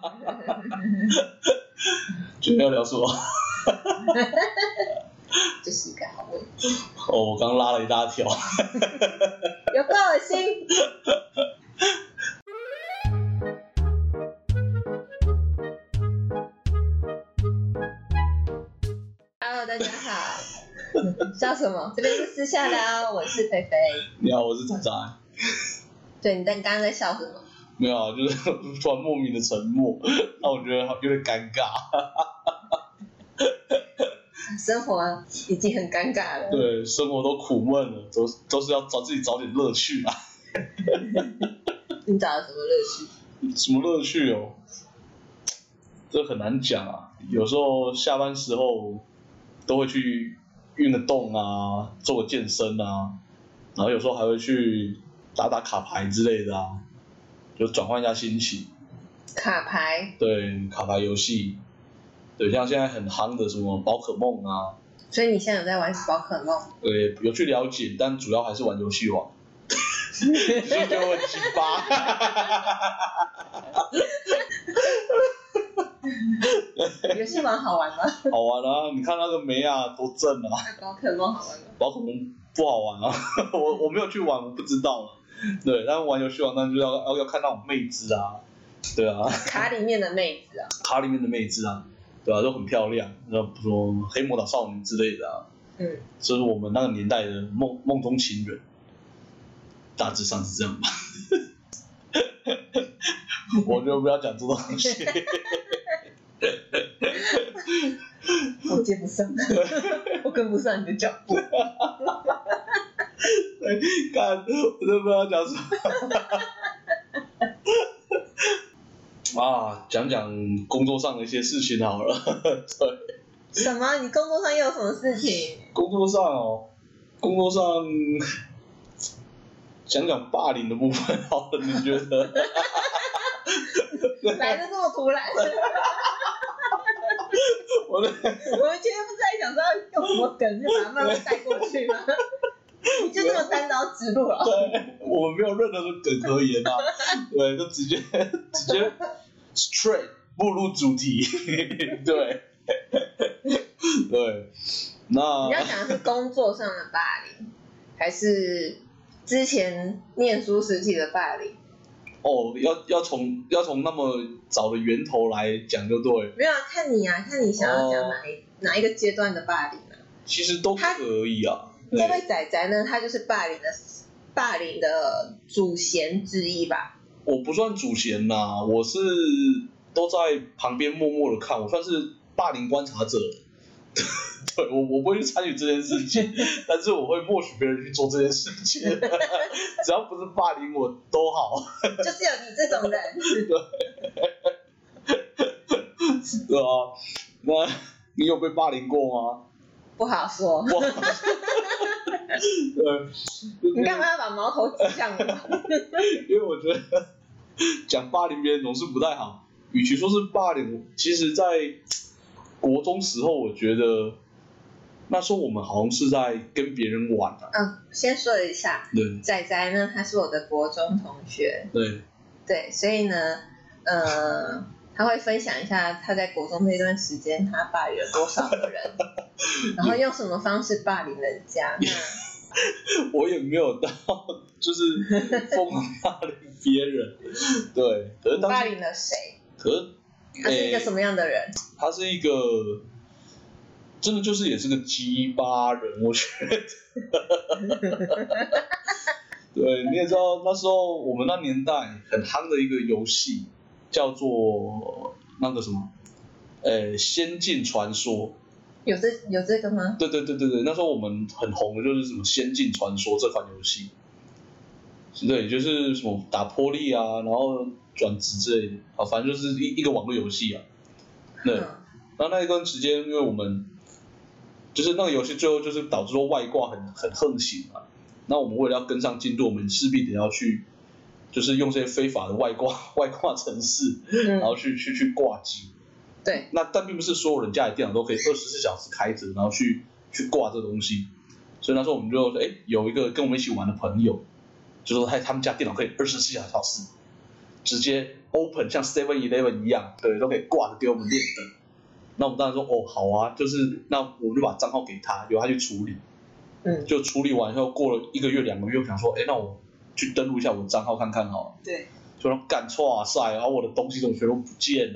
今天要聊什么？ 这是一个好问题。 我刚拉了一大条。 有够恶心。Hello， 大家好。笑什么？这边是私下聊，我是菲菲。 你好，我是仔仔。 对，你刚刚在笑什么？ 没有啊，就是突然莫名的沉默，让我觉得有点尴尬。 生活已经很尴尬了。 对，生活都苦闷了，都是要自己找点乐趣啊。 你找了什么乐趣？ 什么乐趣哦？这很难讲啊。有时候下班时候都会去运个动啊，做个健身啊，然后有时候还会去打打卡牌之类的啊，就转换一下心情。 卡牌。 对，卡牌游戏。对，像现在很夯的什么宝可梦啊。 所以你现在有在玩宝可梦？ 对，有去了解，但主要还是玩游戏王。你是不是觉得我很鸡巴？ 游戏王好玩吗？ 好玩啊！你看那个梅啊，多正啊！ 宝可梦好玩吗？ 宝可梦不好玩啊，我没有去玩，我不知道了。对，但是玩游戏王，那就要看那种妹子啊，对啊。 卡里面的妹子啊。 卡里面的妹子啊，对啊，都很漂亮，那比如说黑魔导少女之类的啊。 嗯。 这是我们那个年代的梦中情人，大致上是这样吧。我就不要讲这种东西。 我接不上，我跟不上你的脚步。 干，我都不知道讲什么。啊，讲工作上的一些事情好了。对。 什么？你工作上又有什么事情？ 工作上讲霸凌的部分好了，你觉得？ 来的这么突然。 我们今天不是在想说要用什么梗，就把它慢慢带过去吗？你就这么单刀直入了。 对，我们没有任何的梗可言啊。对，就直接 straight 步入主题。对。对。那你要讲的是工作上的霸凌，还是之前念书时期的霸凌？ 哦，要从那么早的源头来讲就对。 没有啊，看你想要讲哪一个阶段的霸凌啊？ 其实都可以啊。 这位仔仔呢，他就是霸凌的主嫌之一吧？ 我不算主嫌呐，我是都在旁边默默的看，我算是霸凌观察者。对，我不会去参与这件事情，但是我会默许别人去做这件事情。只要不是霸凌我都好。 就是有你这种人。 对。对啊，那你有被霸凌过吗？ 不好说。 不好说。对。 你干嘛要把矛头指向我？ 因为我觉得讲霸凌别人总是不太好，与其说是霸凌，其实在国中时候，我觉得那时候我们好像是在跟别人玩啊。 先说一下， 对， 仔仔呢，他是我的国中同学。对，所以呢，他会分享一下他在国中那段时间他霸凌了多少个人，然后用什么方式霸凌人家。 我也没有到就是疯狂霸凌别人。对，可是当时霸凌了谁？ 可是他是一个什么样的人？ 他是一个真的就是也是个鸡巴人，我觉得。对，你也知道那时候我们那年代很夯的一个游戏叫做那个什么，仙境传说。 有这个吗？ 对，那时候我们很红的就是什么仙境传说这款游戏。对，就是什么打玻璃啊，然后转职之类的，啊，反正就是一个网络游戏啊。对，然后那一段时间，因为我们就是那个游戏最后就是导致说外挂很横行嘛，那我们为了要跟上进度，我们势必得要去，就是用这些非法的外挂程式，然后去挂机。 对。 那但并不是所有人家里电脑都可以24小时开着，然后去挂这东西。所以那时候我们就有一个跟我们一起玩的朋友，就说他们家电脑可以24小时。 直接 open 像 7-Eleven 一样，对，都可以挂着给我们练的。那我们当然说哦好啊，就是那我们就把账号给他，由他去处理。就处理完以后，过了1个月2个月，我想说，那我去登录一下我的账号看看好了。 对。 就说干哇塞，然后我的东西怎么全都不见了？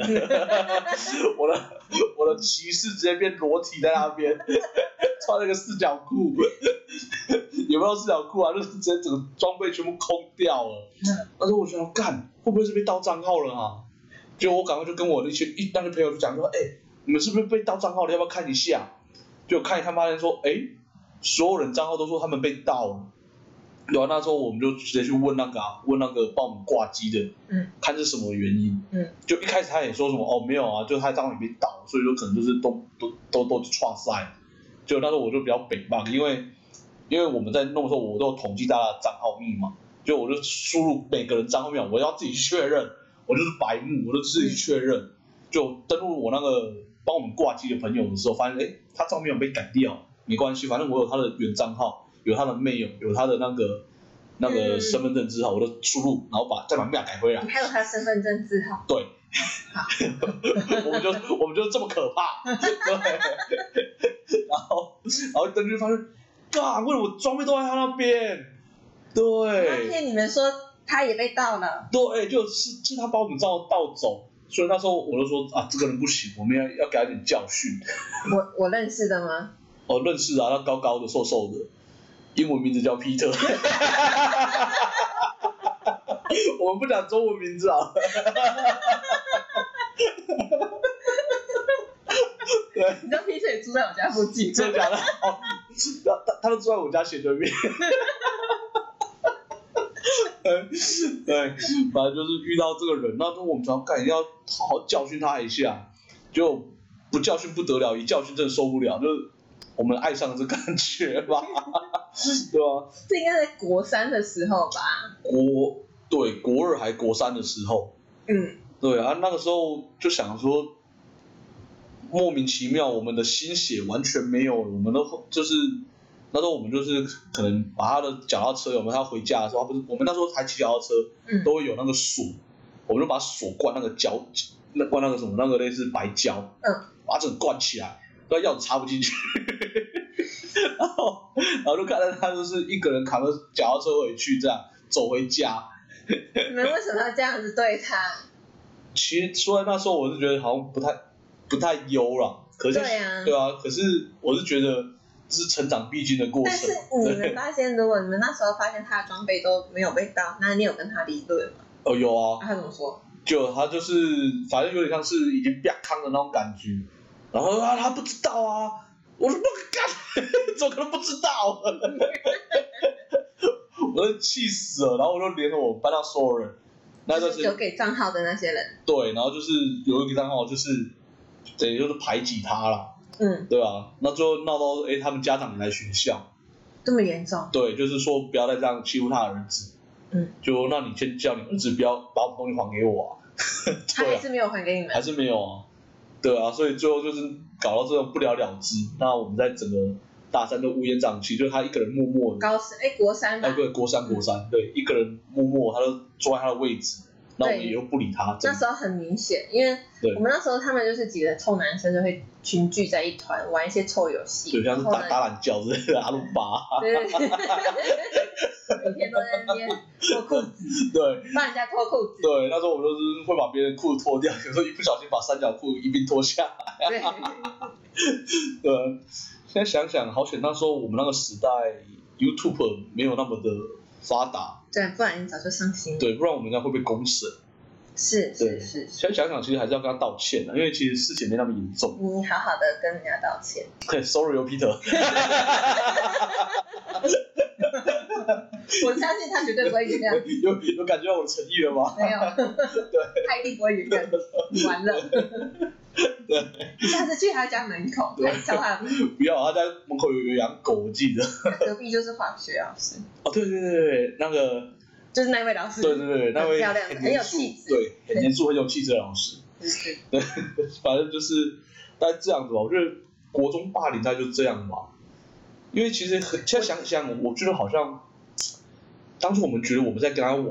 我的骑士直接变裸体在那边，穿了个四角裤，也不知道四角裤啊，就是直接整个装备全部空掉了。那时候我想干，会不会是被盗账号了啊？结果我赶快就跟我的那些朋友就讲说，你们是不是被盗账号了？要不要看一下？就看一看，发现说，所有人账号都说他们被盗了。对啊，那时候我们就直接去问那个帮我们挂机的，看是什么原因。就一开始他也说什么没有啊，就他账号也被盗，所以说可能就是都创赛。就那时候我就比较北棒，因为我们在弄的时候，我都有统计大家的账号密码，就我就输入每个人账号密码，我要自己确认，我就是白目，我就自己确认。就登录我那个帮我们挂机的朋友的时候，发现他账号密码被改掉，没关系，反正我有他的原账号。有他的mail，有他的那个身份证字号，我都输入，然后再把密码改回来。 你还有他身份证字号？ 对。好。我们就这么可怕。对。然后登记发现，为什么我装备都在他那边？对。 他骗你们说他也被盗了。 对，就是他把我们账号盗走，所以那时候我就说这个人不行，我们要给他一点教训。 我认识的吗？ 认识啊，他高高的，瘦瘦的。英文名字叫 Peter。我们不讲中文名字啊。对。 你知道 Peter 也住在我家附近。 真的假的？他都住在我家斜对面。对，反正就是遇到这个人，那我们想干，要好好教训他一下，就不教训不得了，一教训真的受不了，就是我们爱上这感觉吧。对啊， 这应该在国3的时候吧？ 对，国2还国3的时候。对啊，那个时候就想说，莫名其妙，我们的心血完全没有，我们都就是那时候我们就是可能把他的脚踏车，他回家的时候，我们那时候还骑脚踏车，都会有那个锁，我们就把锁灌那个灌那个什么那个类似白胶，把它整个灌起来，不然钥匙插不进去。然后就看到他就是一个人扛着脚踏车回去，这样走回家。 你们为什么要这样子对他？ 其实说在那时候，我是觉得好像不太优了。可是对啊，可是我是觉得这是成长必经的过程。但是你们发现，如果你们那时候发现他的装备都没有被盗，那你有跟他理论吗？ 有啊。 他怎么说？ 他就是反正有点像是已经变康的那种感觉，然后他不知道啊。我说不干，怎么可能不知道？我都气死了，然后我就联合我班上所有人，那就是有给账号的那些人。 对，然后就是有一个账号，就是等于就是排挤他了。对啊，那最后闹到他们家长也来学校。 这么严重？ 对，就是说不要再这样欺负他的儿子。就那你先叫你儿子不要把我东西还给我啊。 他还是没有还给你们？ 还是没有啊。对啊，所以最后就是搞到这种不了了之。那我们在整个大3都乌烟瘴气，就是他一个人默默的。 国3吧。 对，国3，对，一个人默默，他就坐在他的位置，那我们也又不理他。 那时候很明显，因为我们那时候他们就是几个臭男生就会群聚在一团玩一些臭游戏， 就像是打懒觉之类的，阿鲁巴。 对。每天都在那边脱裤子， 对， 帮人家脱裤子。 对，那时候我们就是会把别人裤子脱掉，有时候一不小心把3角裤一并脱下来。 对。 对，现在想想，好险那时候我们那个时代 YouTube 没有那么的发达。 对，不然你早就上新了。 对，不然我们应该会被公审。 是。 现在想想，其实还是要跟他道歉的，因为其实事情没那么严重。 你好好的跟人家道歉。 对 ，Sorry Peter。 我相信他绝对不会原谅。 有感觉到我的诚意了吗？ 没有。 对。 他一定不会原谅你，完了。 对。 下次去他家门口，还叫他。 不要，他家门口有养狗，我记得。 隔壁就是化学老师。 对，那个。 就是那位老师。 对，那位漂亮，很有气质。 对，很严肃、很有气质的老师。对，反正就是大概这样子吧。我觉得国中霸凌大概就这样吧。因为其实现在想想，我觉得好像当初我们觉得我们在跟他玩，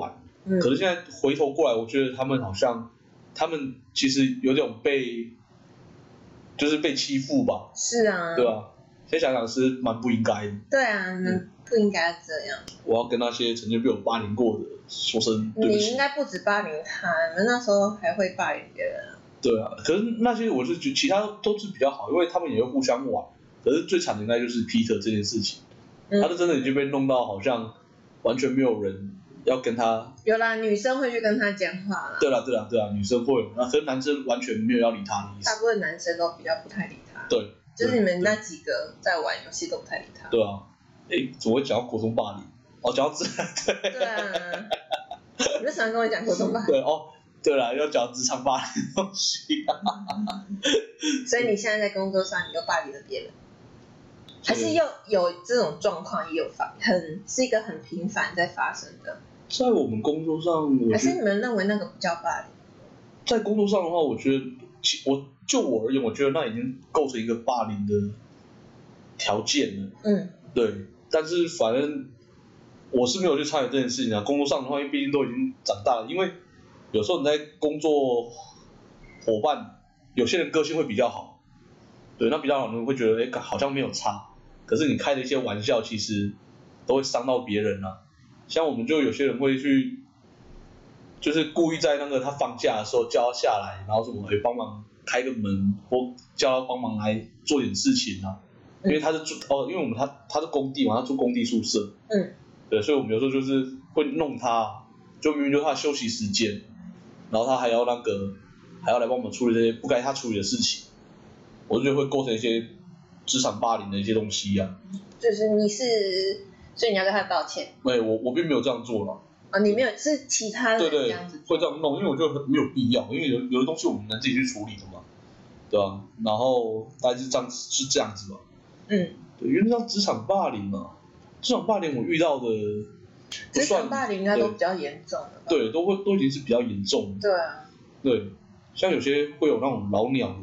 可是现在回头过来，我觉得他们其实有点就是被欺负吧。 是啊。 对啊，现在想想是蛮不应该的。 对啊，不应该这样。 我要跟那些曾经被我霸凌过的说声对不起。 你应该不止霸凌他，你们那时候还会霸凌别人。对啊，可是那些我是觉得其他都是比较好，因为他们也会互相玩。可是最惨的应该就是 Peter 这件事情，他就真的已经被弄到好像完全没有人要跟他。 有啦，女生会去跟他讲话啦。 对啦，女生会，那可是男生完全没有要理他的意思。 大部分男生都比较不太理他。 对。 就是你们那几个在玩游戏都不太理他。 对啊。怎么会讲到国中霸凌？讲到职场。 对啊。你为什么跟我讲国中霸凌？ 对对啦，要讲职场霸凌的东西。 所以你现在在工作上，你又霸凌了别人，还是又有这种状况，也有是一个很频繁在发生的？ 在我们工作上， 还是你们认为那个不叫霸凌？ 在工作上的话，我觉得就我而言，我觉得那已经构成一个霸凌的条件了。对。但是反正我是没有去参与这件事情啊。工作上的话，因为毕竟都已经长大了，因为有时候你在工作伙伴，有些人个性会比较好，对，那比较好的人会觉得好像没有差，可是你开的一些玩笑其实都会伤到别人啊。像我们就有些人会去，就是故意在那个他放假的时候叫他下来，然后什么帮忙开个门，或叫他帮忙来做点事情啊。因为他是因为他是工地嘛，他住工地宿舍。对，所以我们有时候就是会弄他，就明明就是他的休息时间，然后他还要来帮我们处理这些不该他处理的事情，我就觉得会构成一些职场霸凌的一些东西啊。 就是所以你要跟他道歉。 我并没有这样做啦。 你没有，是其他人这样子。 对，会这样弄，因为我觉得没有必要，因为有的东西我们能自己去处理的嘛，对吧？然后大概是这样子吧。对，因为像职场霸凌嘛，职场霸凌我遇到的， 职场霸凌应该都比较严重的吧？ 对，都已经是比较严重的。 对啊。 对，像有些会有那种老鸟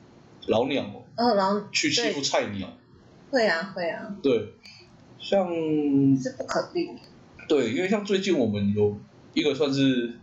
去欺负菜鸟。 会啊。 对，像是不可避免。 对，因为像最近我们有一个算是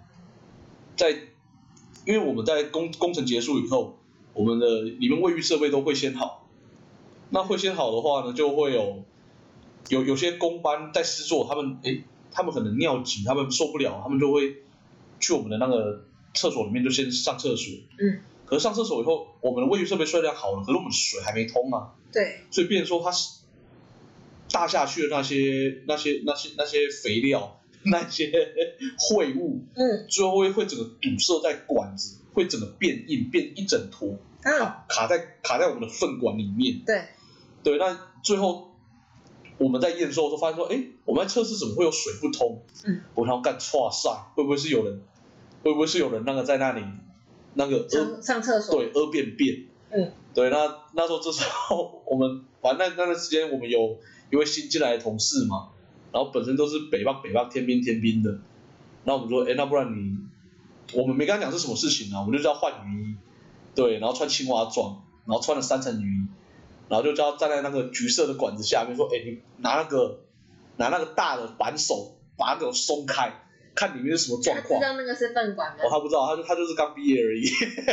因为我们在工程结束以后，我们的里面卫浴设备都会先好。那会先好的话呢，就会有些工班在施作，他们可能尿急，他们受不了，他们就会去我们的那个厕所里面就先上厕所。可是上厕所以后，我们的卫浴设备虽然好了，可是我们水还没通啊。 对。 所以变成说它大下去的那些肥料，那些秽物，最后会整个堵塞在管子，会整个变硬，变一整坨，卡在我们的粪管里面。对，那最后我们在验收的时候发现说，我们在测试怎么会有水不通？我想要干哇塞，会不会是有人那个在那里那个上厕所？ 对，便。对，那这时候我们反正那段时间我们有一位新进来的同事嘛，然后本身都是北bắc天兵的，然后我们说，那不然我们没跟他讲是什么事情啊，我们就叫他换雨衣，对，然后穿青蛙装，然后穿了3层雨衣，然后就叫他站在那个橘色的管子下面说，你拿那个大的扳手把它给我松开，看里面是什么状况。 他知道那个是粪管吗？ 他不知道，他就是刚毕业而已。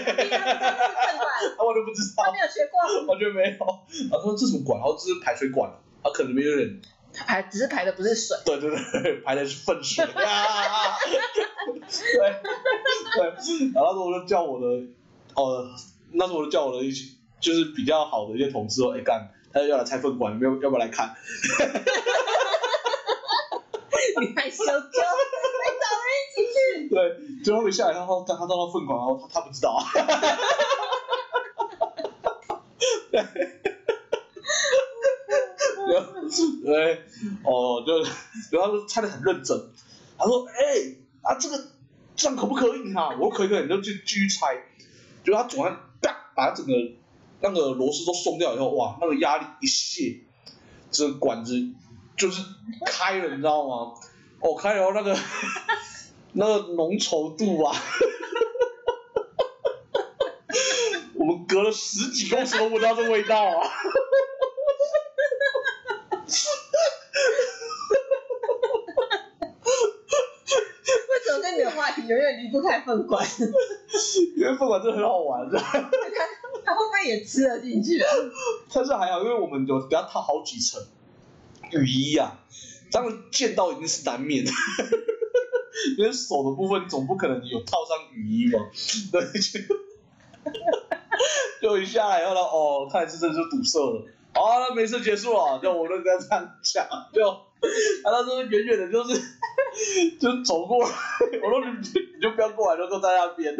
他完全不知道。 他没有学过。 完全没有。他说这什么管？然后这是排水管，他可能有点。 只是排的不是水。 对，排的是粪水。对。然后那时候我就叫我的一些就是比较好的一些同事说，干，他要来拆粪管，要不要来看？ 你还羞羞，还找人一起去？ 对，最后面下来，他到那粪管，然后他不知道。对，就他就拆得很认真，他说，这样可不可以啊？我说可以，你就继续拆。就他总算把整个那个螺丝都松掉以后，哇，那个压力一卸，这个管子就是开了，你知道吗？开了那个浓稠度啊，我们隔了10几公尺都闻到这味道啊。 为什么永远离不开粪管。 因为粪管真的很好玩， 他会不会也吃了进去啊？ 但是还好，因为我们有给他套好几层雨衣啊，这样见到一定是难免的。因为手的部分总不可能有套上雨衣嘛，对，就一下来，然后呢，哦，看来是真的是堵塞了。好，那没事结束了，就我就跟他这样讲，就他那时候远远的，就是走过来，我说你就不要过来，就坐在那边。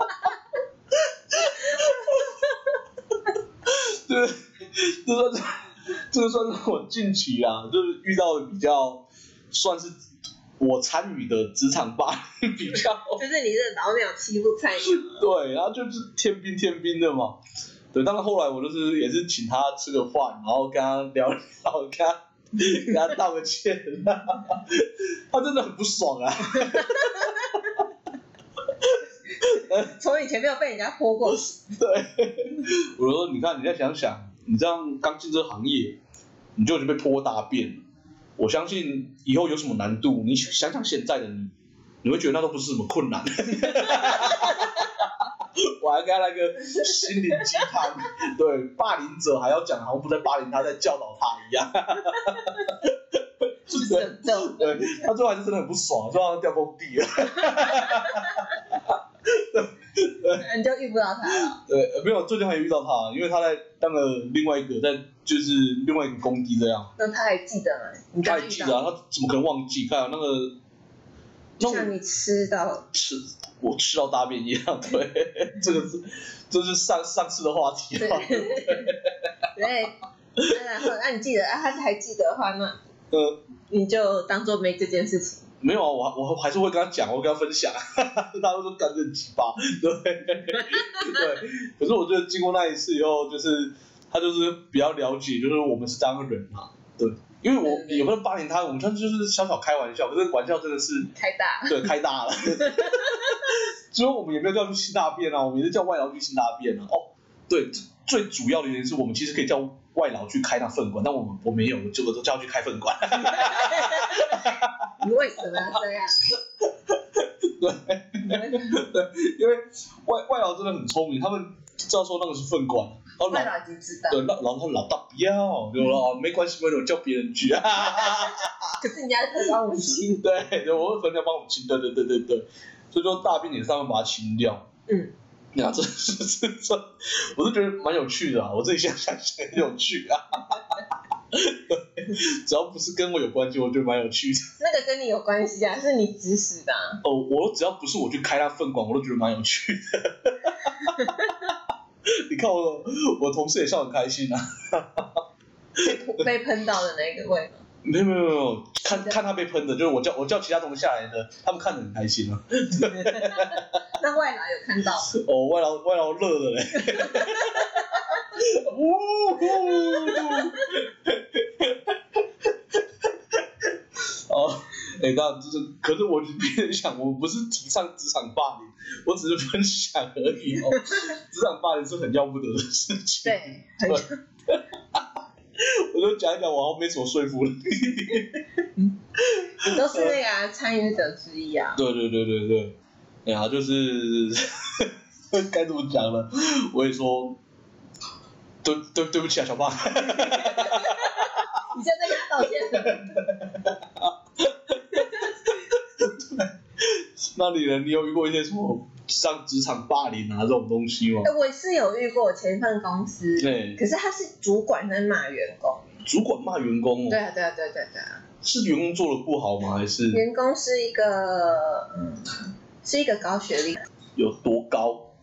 对，这个算是我近期啊，就是遇到的比较算是我参与的职场霸凌比较， 就是你是老鸟欺负菜鸟。 对，然后就是天兵的嘛。对，但是后来我就是也是请他吃个饭，然后跟他聊聊，跟他道个歉，他真的很不爽啊。 从以前没有被人家泼过屎。 对，我说你看，你再想想，你这样刚进这行业，你就已经被泼大便了。我相信以后有什么难度，你想想现在的你，你会觉得那都不是什么困难。我还跟他那个心灵鸡汤，对，霸凌者还要讲好像不在霸凌他，在教导他一样。对，他最后还是真的很不爽，最后他掉工地了。 你就遇不到他了。 对，没有，最近还遇到他，因为他在那个另外一个就是另外一个工地这样。 那他还记得吗？ 他还记得啊，他怎么可能忘记？看那个， 就像你我吃到大便一样，对，这是上次的话题。对。 然后那你记得他还记得的话，那你就当做没这件事情。 没有啊，我还是会跟他讲，我跟他分享，他都说干这鸡巴，对对。可是我觉得经过那一次以后，就是他就是比较了解，就是我们是这样的人嘛，对。因为我也不能霸凌他，我们就是小小开玩笑，可是玩笑真的是开大， 对，开大了。之后我们也没有叫去清大便啊，我们也是叫外劳去清大便啊。哦，对，最主要的原因是我们其实可以叫外劳去开那粪管，但我没有，结果都叫他去开粪管。 你为什么要这样？ 对，因为外劳真的很聪明，他们知道说那个是粪管。 外劳已经知道。 对，然后老大不要，对吧？没关系，我叫别人去。 可是人家在帮我们清。 对，我会人家帮我们清，对，所以说大便也是他们把它清掉。那这我是觉得蛮有趣的啊，我自己想很有趣啊。只要不是跟我有关系，我觉得蛮有趣的。 那个跟你有关系啊，是你指使的啊。 哦，我只要不是我去开那粪管，我都觉得蛮有趣的。你看我同事也笑很开心啊。 被喷到的那个位吗？ 没有，看他被喷的，就是我叫其他同事下来的，他们看得很开心啊。 那外劳有看到？ 哦，外劳乐的嘞。哦，那就是，可是我别人想，我不是提倡职场霸凌，我只是分享而已哦。职场霸凌是很要不得的事情。 对， 我就讲一讲，我好像没什么说服力。 你都是那个参与者之一啊。 对，哎呀，就是该怎么讲呢？我也说，对不起啊，小胖。 你现在跟他道歉。 那你有遇过一些什么像职场霸凌啊这种东西吗？ 我是有遇过前一份公司， 对， 可是他是主管在骂员工。 主管骂员工哦？ 对啊。 是员工做的不好吗？还是员工是一个高学历？ 有多高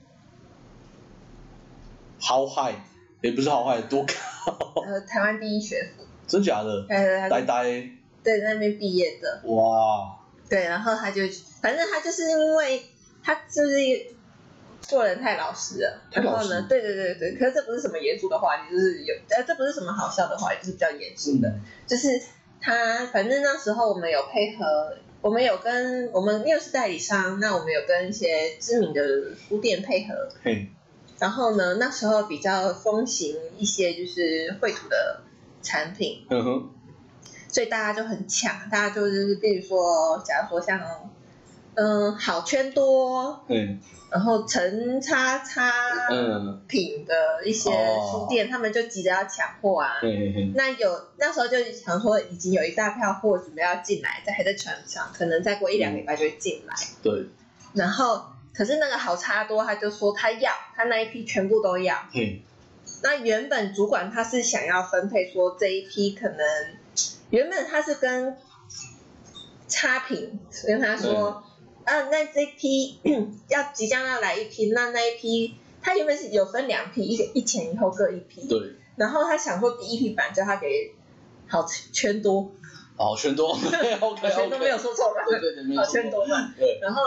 ？How high？ 也不是 how high， 多高？ 台湾第一学府。 真假的？呆。 对，在那边毕业的。 哇。 对，然后反正他就是因为他就是做人太老实了，然后呢，对，可是这不是什么严肃的话题，就是这不是什么好笑的话题，就是比较严肃的，就是他反正那时候我们有配合，我们因为是代理商，那我们有跟一些知名的书店配合，然后呢，那时候比较风行一些就是绘图的产品，所以大家就很抢，大家就是比如说，假如说像好圈多，然后陈叉叉品的一些书店，他们就急着要抢货啊。那时候就想说，已经有一大票货准备要进来，还在船上，可能再过1-2个礼拜就会进来。 对。 然后，可是那个好差多，他就说他那一批全部都要。那原本主管他是想要分配说这一批可能，原本他是跟差评跟他说。那这批即将要来一批，那一批他原本是有分2批，一前一后各1批。 对。 然后他想说第1批版叫他给好圈多。 好圈多。OK。 好圈多没有说错吧？ 对， 好圈多嘛。对。然后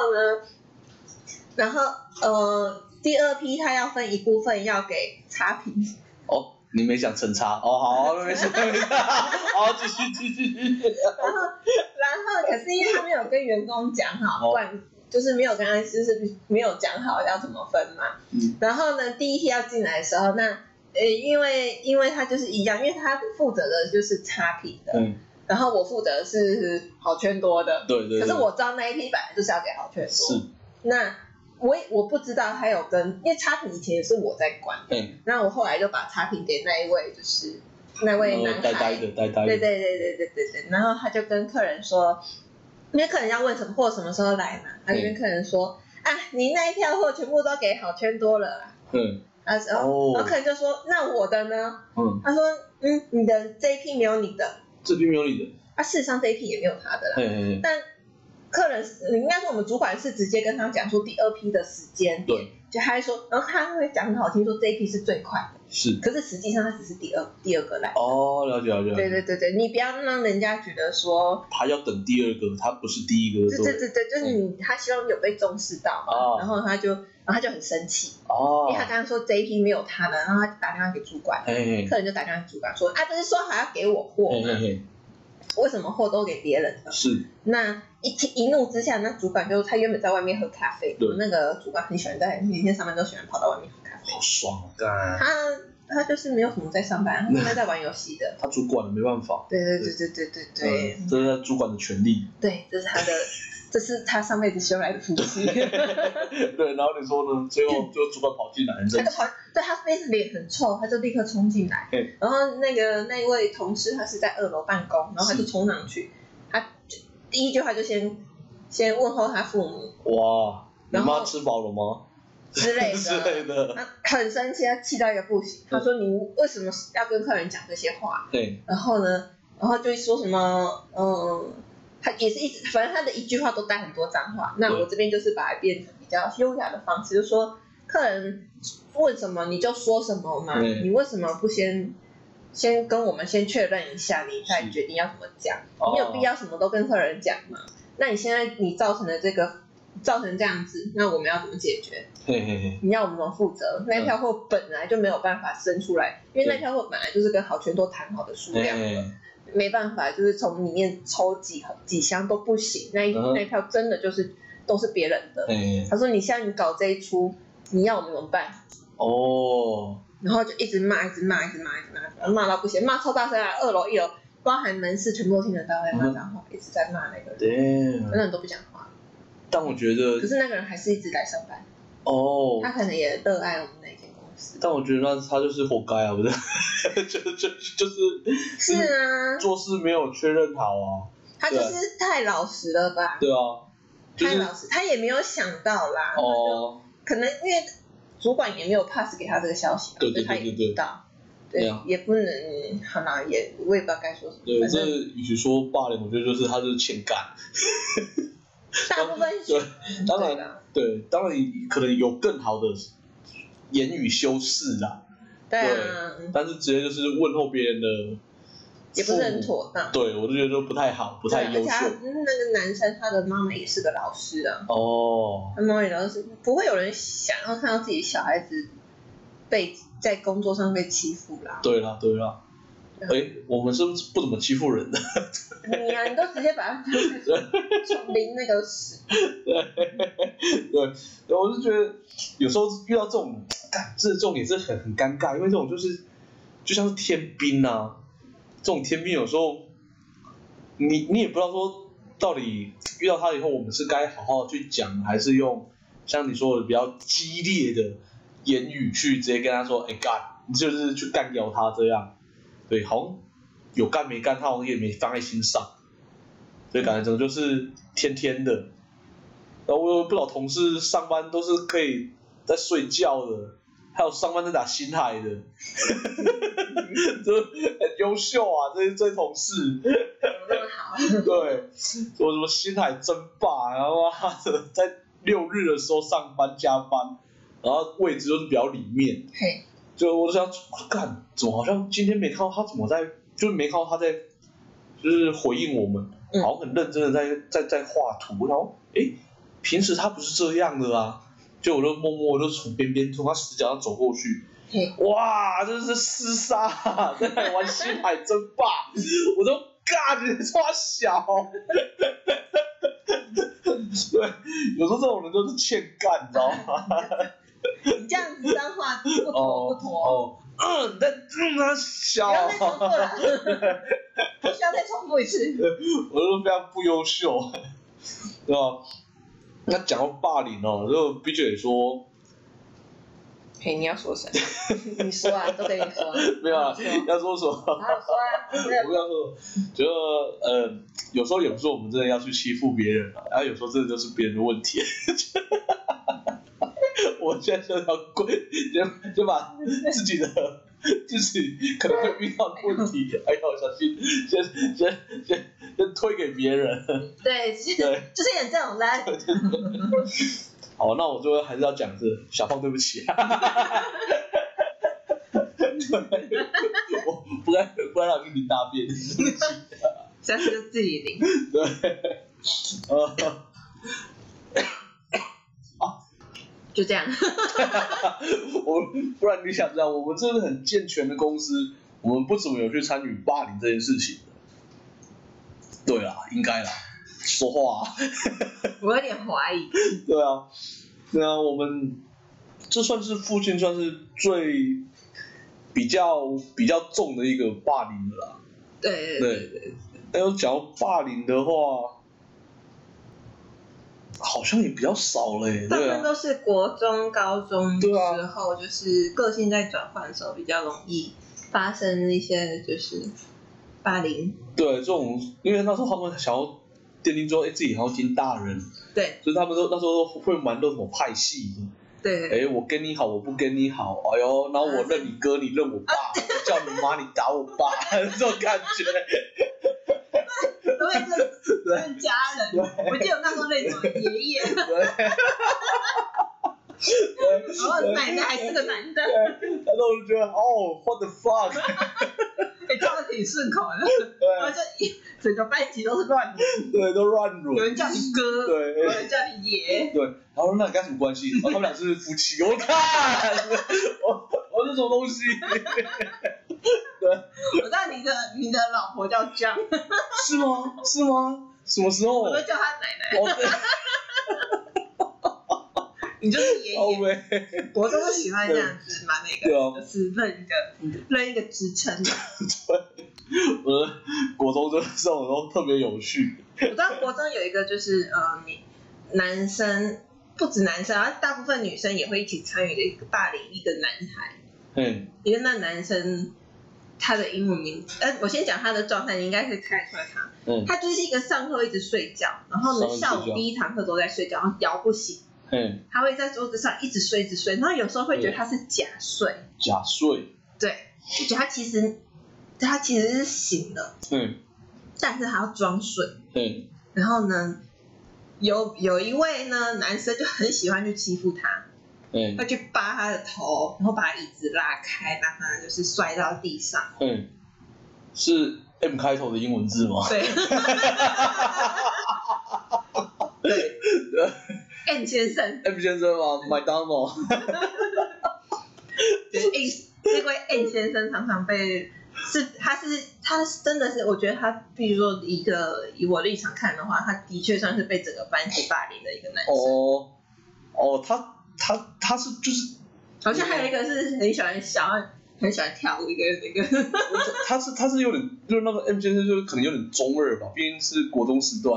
第2批他要分一部分要给差评。 你没想成差好，没事，好，继续。 然后，可是因为他没有跟员工讲好，就是没有跟他，就是没有讲好要怎么分嘛。然后呢，第1批要进来的时候，那因为他就是一样，因为他负责的就是差评的，然后我负责的是好圈多的， 对。 可是我知道那一批本来就是要给好圈多， 是。 那我不知道他有跟，因为差评以前也是我在管，那我后来就把差评给那一位，就是那位男孩， 呆的， 对，然后他就跟客人说，因为客人要问什么货什么时候来嘛，他就跟客人说你那一票货全部都给好圈多了啦。然后客人就说那我的呢？他说你的这一批没有你的， 这批没有你的， 事实上这一批也没有他的啦，但客人应该说我们主管是直接跟他讲说第2批的时间， 对， 就他说，然后他会讲很好听说这一批是最快的， 是， 可是实际上他只是第二个来。 了解。 对，你不要让人家觉得说他要等第2个，他不是第1个。 对，就是他希望有被重视到嘛，然后他就很生气，因为他刚刚说这一批没有他的，然后他就打电话给主管，客人就打电话给主管说，不是说好要给我货吗？为什么货都给别人的？ 是。 那一怒之下，那主管他原本在外面喝咖啡，那个主管很喜欢每天上班都喜欢跑到外面喝咖啡， 好爽啊！ 他就是没有什么在上班，他应该在玩游戏的。 他主管没办法。 对， 这是他主管的权利。 对，这是他上辈子修来的福气。 对，然后你说呢？最后主管跑进来， 他非常脸很臭，他就立刻冲进来。然后那位同事他是在2楼办公，然后他就冲上去，他第一句话就先问候他父母。 哇，你妈吃饱了吗？ 之类的，他很生气，他气到一个不行。他说：“你为什么要跟客人讲这些话？” 对。 然后就说什么，他也是反正他的一句话都带很多脏话。那我这边就是把它变成比较优雅的方式，就说客人问什么你就说什么嘛，你为什么不先跟我们先确认一下，你再决定要怎么讲？你有必要什么都跟客人讲吗？那你现在你造成这样子，那我们要怎么解决？你要我们怎么负责？那票货本来就没有办法生出来，因为那票货本来就是跟好圈都谈好的数量了，没办法，就是从里面抽几箱都不行。那票真的就是都是别人的。他说你现在你搞这一出，你要我们怎么办？然后就一直骂，骂到不行，骂超大声啊！2楼1楼，包含门市全部都听得到在骂脏话，一直在骂那个人，那人都不讲话。 但我觉得， 可是那个人还是一直来上班。他可能也热爱我们那间公司。 但我觉得他就是活该啊，不是？ 是啊， 做事没有确认好啊。 他就是太老实了吧？ 对啊， 太老实，他也没有想到啦。可能因为主管也没有 pass 给他这个消息，所以他也不知道。对，也不能，好啦，我也不知道该说什么。 对，这与其说霸凌，我觉得就是他就是欠干。 大部分对，当然可能有更好的言语修饰啦。 对啊。 但是直接就是问候别人的， 也不是很妥当。 对，我就觉得都不太好，不太优秀。 那个男生他的妈妈也是个老师啊。他妈妈也老师，不会有人想要看到自己小孩子在工作上被欺负啦。 对啦。我们是不怎么欺负人的。 你都直接把他淋那个屎。 对，我就觉得有时候遇到这种也是很尴尬，因为这种就像是天兵啊，这种天兵有时候你也不知道说到底遇到他以后，我们是该好好去讲，还是用像你说的比较激烈的言语去直接跟他说，干，你就是去干掉他这样，对，好像有干没干，他好像也没放在心上，所以感觉整个就是天天的。然后我有不少同事上班都是可以在睡觉的，还有上班在打星海的，就很优秀啊，这些同事。 怎么这么好？ 对，说什么星海争霸，然后妈的在6日的时候上班加班，然后位置就是比较里面。 嘿。 就我就想，干，怎么好像今天没看到他怎么在，就是没看到他在，就是回应我们，好像很认真的在画图，然后平时他不是这样的啊，就我就默默就从边边从他死角上走过去，哇，真是厮杀，在玩星海争霸，我都干，你这么小，对，有时候这种人就是欠干，你知道吗？ 你这样子脏话不妥。 那小， 不要再重复了，不需要再重复一次。 我都非常不优秀，对吧？那讲到霸凌哦，就必须得说， 嘿，你要说什么？你说啊，都可以说。 没有啊，要说什么？ 好说啊， 我不要说，觉得有时候也不是我们真的要去欺负别人啊，然后有时候真的就是别人的问题。我现在就要就把自己可能会遇到的问题，还要小心，先推给别人。 对，就是演这种人。 好，那我最后还是要讲是小胖，对不起。我不该让你淋大便，对不起。 下次就自己淋。 对， 就这样。 不然你想这样，我们真的很健全的公司，我们不怎么有去参与霸凌这件事情。对啦，应该啦，说话啊。 我有点怀疑。 对啊，我们这算是附近算是比较重的一个霸凌的啦。对。但要讲到霸凌的话，好像也比较少嘞。 大部分都是国中、高中的时候，就是个性在转换的时候比较容易发生一些就是霸凌。 对，这种因为那时候他们想要奠定说，自己还要听大人。 对。 所以他们那时候会蛮多什么派系。 对。 我跟你好，我不跟你好，哎呦，然后我认你哥，你认我爸，我叫你妈，你打我爸，这种感觉。 都会跟家人，我记得那时候那种爷爷，然后奶奶还是个男的， 然后我就觉得what the fuck， 叫的挺顺口的，然后就整个班级都是乱伦， 对，都乱伦， 有人叫你哥， 对， 有人叫你爷， 对，然后那你跟他什么关系？他们俩是夫妻，我看，我是什么东西？对， 我知道你的老婆叫江， 是吗？什么时候？ 我都叫她奶奶。你就是爷爷。国中都喜欢这样子嘛，那个就是认一个职称。 对，我的国中就是这种都特别有趣。 我知道国中有一个就是男生不止男生，而大部分女生也会一起参与的一个霸凌一个男孩。因为那男生。他的英文名字，我先讲他的状态，你应该可以看出来他。他就是一个上课一直睡觉，然后呢下午第一堂课都在睡觉，然后摇不醒。他会在桌子上一直睡，然后有时候会觉得他是假睡。 假睡。对， 就觉得他其实是醒了。但是他要装睡。然后呢，有一位呢男生就很喜欢去欺负他。会去扒他的头，然后把椅子拉开，让他就是摔到地上。 是 M 开头的英文字吗？ 对。对。M 先生。 M 先生吗？麦当劳。 对，这位 M 先生常常他真的是，我觉得他，比如说以我立场看的话，他的确算是被整个班级霸凌的一个男生。 他是就是， 好像还有一个是很喜欢跳舞一个那个。 他是有点，就是那个 M 先生就是可能有点中二吧，毕竟是国中时段，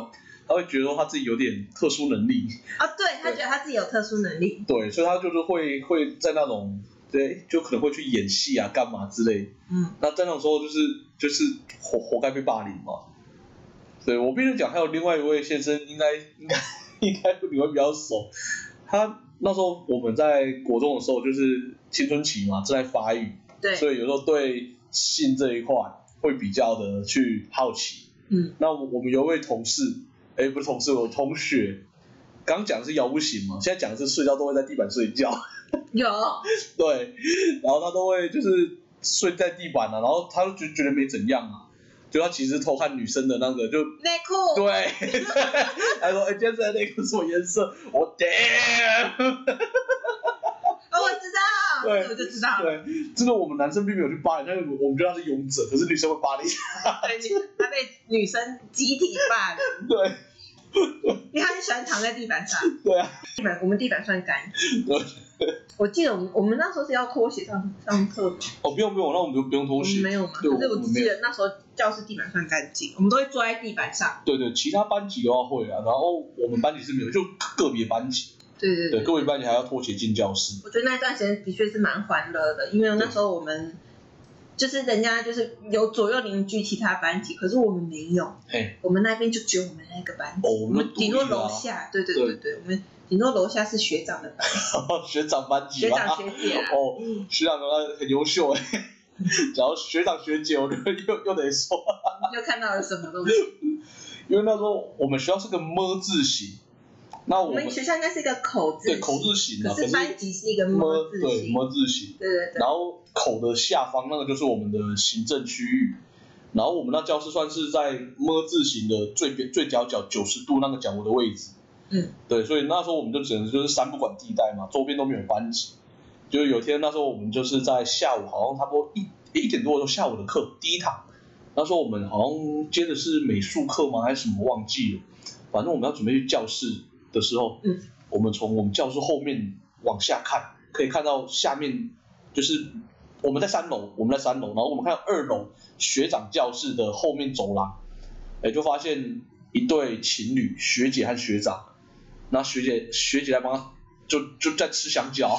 他会觉得他自己有点特殊能力。 对，他觉得他自己有特殊能力。 对，所以他就是会在那种对，就可能会去演戏啊，干嘛之类。那在那种时候就是活该被霸凌嘛。对，我必须讲，还有另外一位先生，应该你会比较熟。他那时候我们在国中的时候，就是青春期嘛，正在发育， 对， 所以有时候对性这一块会比较的去好奇。那我们有一位同事，不是同事，我同学，刚讲的是摇不醒嘛，现在讲的是睡觉都会在地板睡觉。 有。 对，然后他都会就是睡在地板啊，然后他就觉得没怎样啊。就他其实偷看女生的那个就内裤， 对，他说今天这内裤什么颜色？我 damn， 我知道， 对， 我就知道了。 对，这个我们男生并没有去霸凌，但是我们觉得他是勇者，可是女生会霸凌他。 对，他被女生集体霸凌。 对， 因为他很喜欢躺在地板上。 对啊， 我们地板算干净。对。我记得我们那时候是要脱鞋上课吗？ 不用，那我们不用脱鞋。 我们没有嘛？可是我只记得那时候教室地板算干净，我们都会坐在地板上。 对，其他班级的话会啊，然后我们班级是没有，就个别班级。对，个别班级还要脱鞋进教室。 我觉得那段时间的确是蛮欢乐的，因为那时候我们就是人家就是有左右邻居其他班级，可是我们没有。我们那边就只有我们那个班级。我们顶多楼下，对，我们顶多楼下是学长的班。 学长班级。 学长学姐。 学长很优秀只要学长学姐，我就又得说。 你就看到了什么东西？ 因为那时候我们学校是个么字形。那我们学校应该是一个口字形。 对，口字形啊。 可是班级是一个么字形。 对，么字形。 对。 然后口的下方那个就是我们的行政区域，然后我们那教室算是在么字形的最角90度那个角落的位置。对，所以那时候我们就只能就是三不管地带嘛，周边都没有班级。就是有一天那时候我们就是在下午，好像差不多1点多的时候下午的课第一堂，那时候我们好像接的是美术课吗还是什么忘记了，反正我们要准备去教室的时候，我们从我们教室后面往下看，可以看到下面就是我们在3楼，然后我们看到2楼学长教室的后面走廊，就发现一对情侣，学姐和学长，那学姐来帮他就在吃香蕉。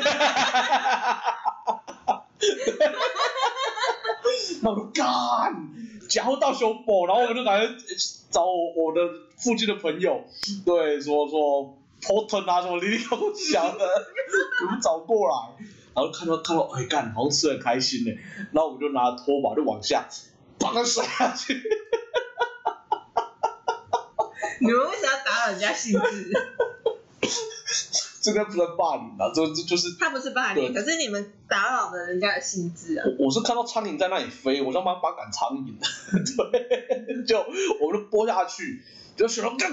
那我就干，假货到胸部，然后我就赶紧找我的附近的朋友，对，说 Porton 啊什么，你跟我讲的，我们找过来，然后看到，干，好像吃得很开心呢，然后我们就拿拖把就往下，把它甩下去。 你们为什么要打扰人家兴致？ 这个不算霸凌啊，这就是他不是霸凌，可是你们打扰了人家的兴致啊。 我是看到苍蝇在那里飞，我想把它赶苍蝇，对，就我们就拨下去，就学长干，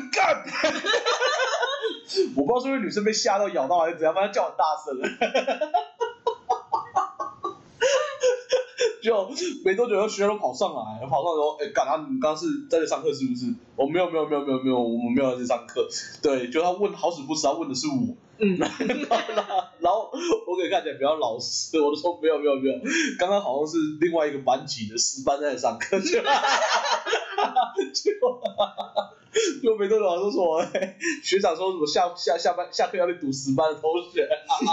我不知道是不是女生被吓到咬到还是怎样，反正叫很大声。就没多久，学生都跑上来说，干他，你刚刚是在这上课是不是？我没有，我们没有在这上课。对，就他问好死不死，他问的是我。然后我给看起来比较老实，我就说没有，刚刚好像是另外一个班级的10班在上课，就没多久就说，学长说什么下课要去堵10班的同学。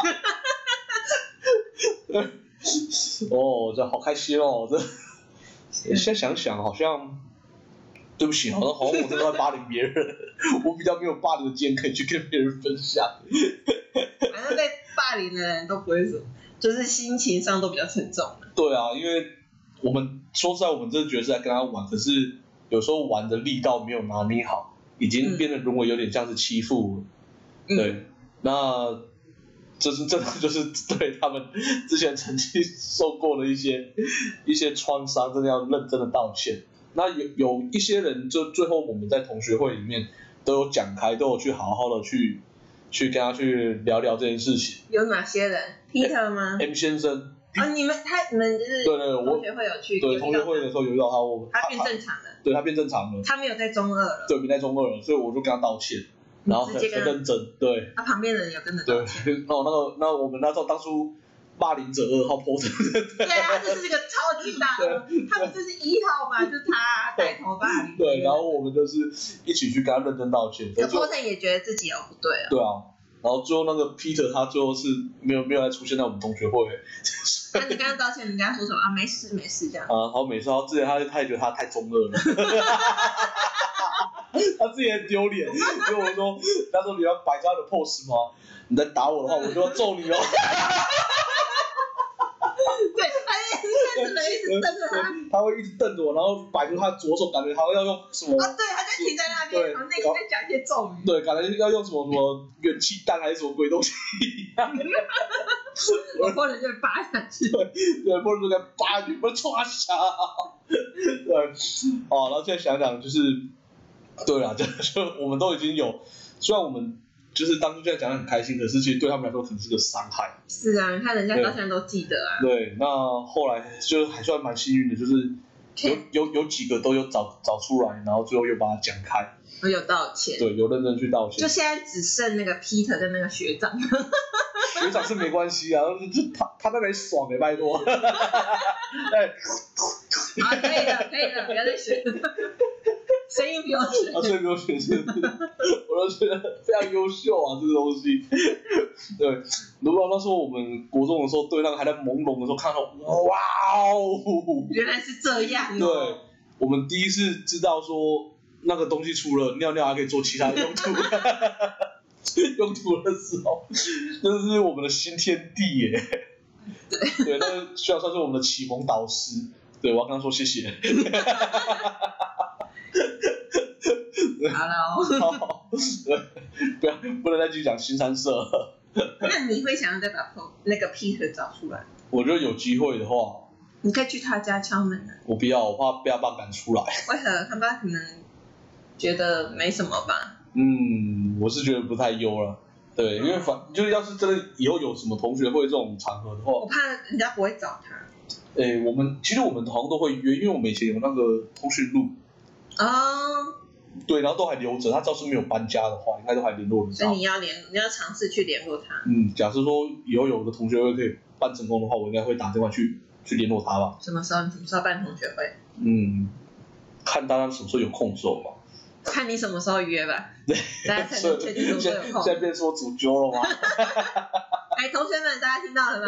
这好开心哦！现在想想好像，对不起，好像我真的在霸凌别人，我比较没有霸凌的经验可以去跟别人分享。 反正被霸凌的人都不会说，就是心情上都比较沉重。 对啊，因为我们说实在，我们真的觉得是在跟他玩，可是有时候玩的力道没有拿捏好，已经变得沦为有点像是欺负了。对，那。这真的就是对他们之前曾经受过的一些创伤，真的要认真的道歉。那有一些人，就最后我们在同学会里面都有讲开，都有去好好的去跟他去聊聊这件事情。 有哪些人 ？Peter 吗 ？M 先生。 你们就是对， 同学会有去。 对，同学会的时候有遇到他， 他变正常了。 对，他变正常了。 他没有在中2了。 对，没在中2了，所以我就跟他道歉。然后很认真，对。 他旁边的人有跟着道歉。 对，那我们那时候当初霸凌者2号 po 对啊，这是一个超级大的，他们就是1号嘛，就是他带头霸凌。 对，然后我们就是一起去跟他认真道歉。 可 po 也觉得自己有不对啊。 对啊。然后最后那个 Peter 他最后是没有来出现在我们同学会。 那你跟他道歉，人家说什么啊？没事没事这样。 好没事。然后之前他也觉得他太中二了，他自己很丢脸，所以我说，他说你要摆这样的 pose 吗？你再打我的话，我就要揍你哦。 对，他一直瞪着他， 他会一直瞪着我，然后摆出他左手，感觉他要用什么？ 对，他就停在那边，然后内心在讲一些咒语。 对，感觉要用什么元气弹还是什么鬼东西一样。 我或者就扒下去。 对，或者就该扒下去，不是冲他笑。对，然后现在想想就是，对啦，就我们都已经有，虽然我们。就是当初这样讲得很开心，可是其实对他们来说可能是个伤害。 是啊，你看人家到现在都记得啊。 对，那后来就还算蛮幸运的，就是有几个都有找出来，然后最后又把它讲开。 我有道歉。对， 有认真去道歉。 就现在只剩那个 Peter 跟那个学长。 学长是没关系啊，就他在那里爽拜托。对。 啊，可以了，不要再学。声音不要学， 声音不要学，是，我都觉得非常优秀啊，这个东西。对，如果那时候我们国中的时候，对那个还在朦胧的时候看到，哇哦， 原来是这样哦。 对，我们第一次知道说那个东西除了尿尿还可以做其他的用途。用途的时候，那是我们的新天地耶。对，那个需要算是我们的启蒙导师。对，我要跟他说谢谢。 好了哦。 好，不能再继续讲新三社了。 那你会想要再把那个 Peter 找出来？ 我觉得有机会的话， 你可以去他家敲门啊。 我不要，我怕被他爸赶出来。 为何？他爸可能觉得没什么吧。 我是觉得不太优了。对，因为就是要是真的以后有什么同学会这种场合的话， 我怕人家不会找他。 其实我们好像都会约，因为我们以前有那个通讯录。对，然后都还留着，他要是没有搬家的话，应该都还联络得到。 所以你要尝试去联络他。 假设说以后有个同学会可以办成功的话，我应该会打电话去联络他吧。 什么时候办同学会？ 看大家什么时候有空的时候吧。 看你什么时候约吧，大家才能确定什么时候有空。 现在变成我主揪了吗？ 同学们，大家听到了吗？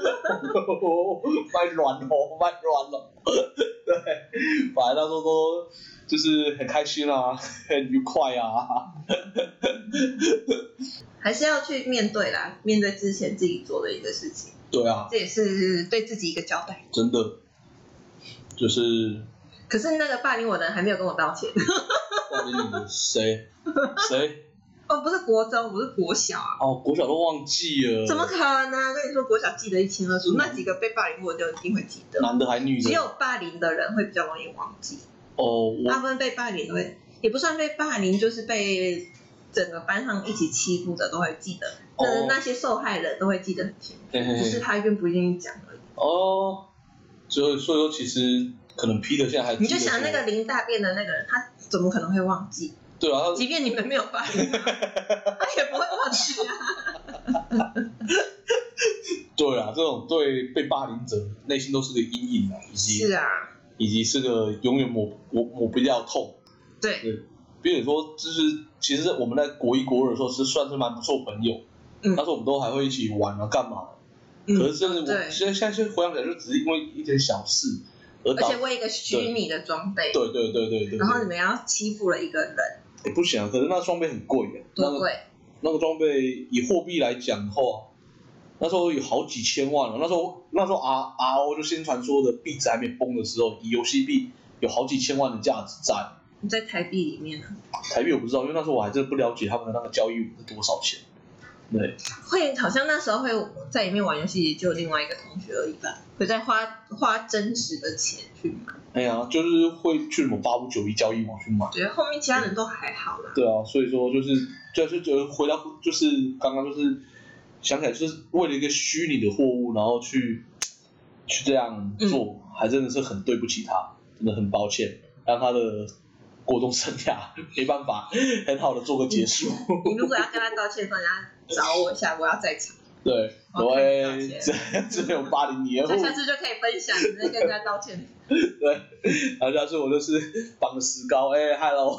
卖软了。对，反正那时候都就是很开心啊，很愉快啊。 还是要去面对啦，面对之前自己做的一个事情。 对啊。 这也是对自己一个交代。 真的，就是。 可是那个霸凌我的人还没有跟我道歉。 霸凌你的谁？ 不是国中，不是国小啊。 国小都忘记了。 怎么可能？跟你说，国小记得一清二楚，那几个被霸凌过的就一定会记得。 男的还女的？ 只有霸凌的人会比较容易忘记。大部分被霸凌的也不算被霸凌，就是被整个班上一起欺负的都会记得。那些受害人都会记得很清楚，只是他愿不愿意讲而已。 所以说其实可能 Peter 现在还记得。 你就想那个淋大便的那个人，他怎么可能会忘记？ 对啊， 即便你们没有霸凌他，他也不会忘记啊。 对啊，这种对被霸凌者内心都是个阴影啊，以及是个永远抹不掉的痛。 对， 比如说，就是其实我们在国一国二的时候是算是蛮不错朋友，那时候我们都还会一起玩啊干嘛。可是真的，我现在回想起来，就只是因为一件小事， 而且为一个虚拟的装备。 对。 然后你们要欺负了一个人。 不行啊，可是那装备很贵的。 多贵？ 那个装备以货币来讲的话，那时候有好几千万了。那时候 RO 就新传说的币值还没崩的时候，以游戏币有好几千万的价值在。 你在台币里面呢？ 台币我不知道，因为那时候我还真的不了解他们的那个交易是多少钱。对， 好像那时候会在里面玩游戏，也就另外一个同学而已吧，会再花真实的钱去买。 哎呀，就是会去什么8591交易网去买。 对，后面其他人都还好啦。 对啊，所以说就是觉得回到就是刚刚就是想起来，就是为了一个虚拟的货物，然后去这样做，还真的是很对不起他，真的很抱歉，让他的国中生涯没办法很好的做个结束。 你如果要跟他道歉的话，你要找我一下，我要在场。 对，这边有霸凌你， 所以下次就可以分享，你再跟人家道歉。 对，然后下次我就是绑石膏，hello，